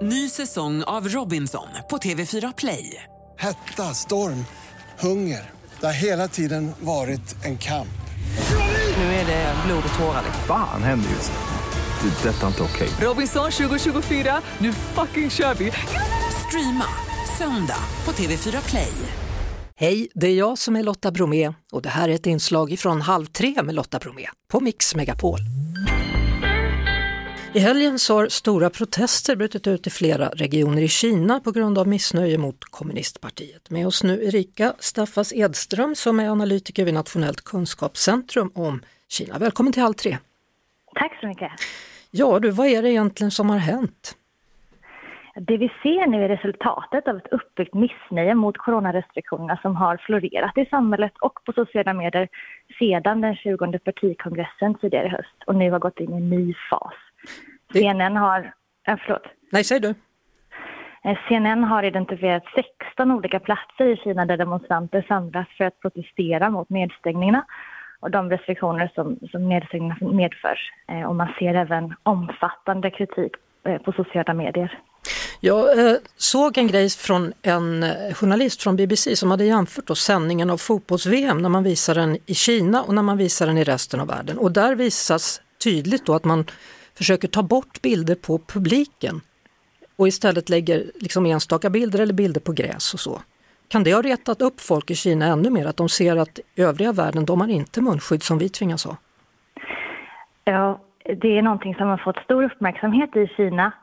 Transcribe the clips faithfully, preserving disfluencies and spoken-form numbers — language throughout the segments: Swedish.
Ny säsong av Robinson på T V fyra Play. Hetta, storm, hunger. Det har hela tiden varit en kamp. Nu är det blod och tårar. Fan händer just det. Det är detta inte okej. Robinson tjugo tjugofyra, nu fucking kör vi. Streama söndag på T V fyra Play. Hej, det är jag som är Lotta Bromé och det här är ett inslag från Halv tre med Lotta Bromé på Mix Megapol. I helgen så har stora protester brutit ut i flera regioner i Kina på grund av missnöje mot kommunistpartiet. Med oss nu Erika Staffas Edström som är analytiker vid Nationellt kunskapscentrum om Kina. Välkommen till Halv tre. Tack så mycket. Ja du, vad är det egentligen som har hänt? Det vi ser nu är resultatet av ett uppbyggt missnöje mot coronarestriktionerna som har florerat i samhället och på sociala medier sedan den tjugonde partikongressen tidigare i höst och nu har gått in i en ny fas. Det... C N N har, äh, förlåt. Nej, säg du. C N N har identifierat sexton olika platser i Kina där demonstranter samlas för att protestera mot nedstängningarna och de restriktioner som, som nedstängningarna medför. Eh, och man ser även omfattande kritik eh, på sociala medier. Jag eh, såg en grej från en eh, journalist från B B C som hade jämfört då sändningen av fotbolls-V M när man visar den i Kina och när man visar den i resten av världen. Och där visas tydligt då att man försöker ta bort bilder på publiken och istället lägger liksom enstaka bilder eller bilder på gräs och så. Kan det ha retat upp folk i Kina ännu mer att de ser att övriga världen, de har inte munskydd som vi tvingas ha? Ja, det är någonting som har fått stor uppmärksamhet i Kina.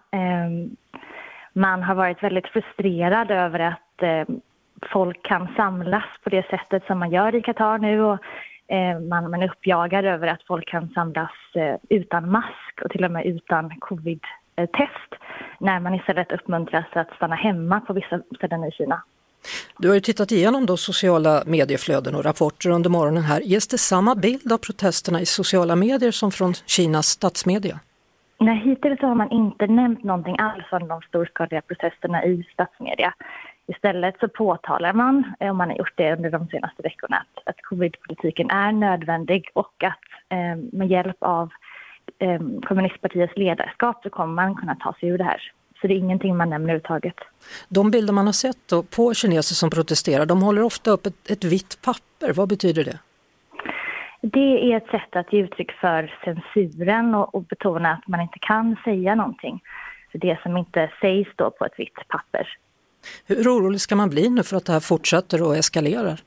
Man har varit väldigt frustrerad över att folk kan samlas på det sättet som man gör i Qatar nu och Man, man är uppjagad över att folk kan samlas eh, utan mask och till och med utan covid-test när man istället uppmuntras att stanna hemma på vissa ställen i Kina. Du har ju tittat igenom då sociala medieflöden och rapporter under morgonen här. Ges det samma bild av protesterna i sociala medier som från Kinas statsmedia? Nej, hittills har man inte nämnt någonting alls om de storskaliga protesterna i statsmedia. Istället så påtalar man, och man har gjort det under de senaste veckorna, att, att covid-politiken är nödvändig och att eh, med hjälp av eh, kommunistpartiets ledarskap så kommer man kunna ta sig ur det här. Så det är ingenting man nämner överhuvudtaget. De bilder man har sett då på kineser som protesterar, de håller ofta upp ett, ett vitt papper. Vad betyder det? Det är ett sätt att ge uttryck för censuren och, och betona att man inte kan säga någonting. För det som inte sägs då på ett vitt papper. Hur orolig ska man bli nu för att det här fortsätter och eskalerar?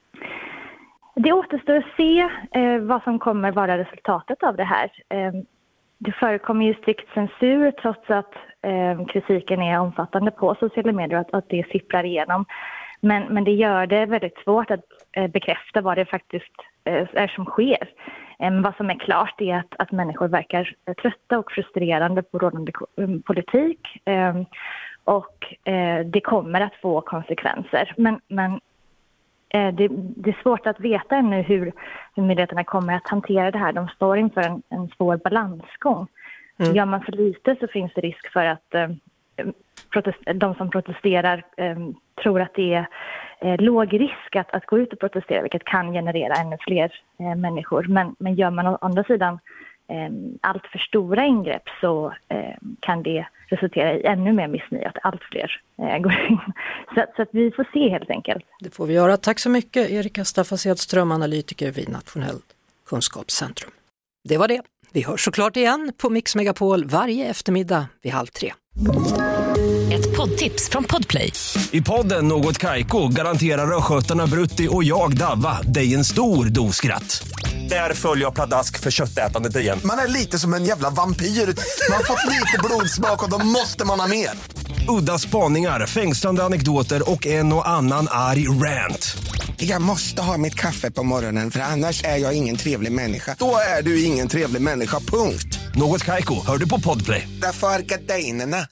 Det återstår att se eh, vad som kommer vara resultatet av det här. Eh, det förekommer ju strikt censur trots att eh, kritiken är omfattande på sociala medier och att, att det sipprar igenom. Men, men det gör det väldigt svårt att eh, bekräfta vad det faktiskt eh, är som sker. Eh, vad som är klart är att, att människor verkar trötta och frustrerande på rådande politik. Eh, Och eh, det kommer att få konsekvenser. Men, men eh, det, det är svårt att veta ännu hur, hur myndigheterna kommer att hantera det här. De står inför en, en svår balansgång. Mm. Gör man för lite så finns det risk för att eh, protest- de som protesterar eh, tror att det är eh, låg risk att, att gå ut och protestera. Vilket kan generera ännu fler eh, människor. Men, men gör man å andra sidan eh, allt för stora ingrepp så eh, kan det resultera i ännu mer missnöje att allt fler eh, går in. Så, så att vi får se helt enkelt. Det får vi göra. Tack så mycket Erika Staffas Edström, analytiker vid Nationellt kunskapscentrum. Det var det. Vi hörs såklart igen på Mix Megapol varje eftermiddag vid halv tre. Ett poddtips från Podplay. I podden Något Kaiko garanterar röskötarna Brutti och jag Davva dig en stor doskratt. Där följer jag pladask för köttätandet igen. Man är lite som en jävla vampyr. Man har fått lite blodsmak och då måste man ha mer. Udda spaningar, fängslande anekdoter och en och annan arg rant. Jag måste ha mitt kaffe på morgonen för annars är jag ingen trevlig människa. Då är du ingen trevlig människa, punkt. Något Kaiko, hör du på Podplay. Därför är gardinerna.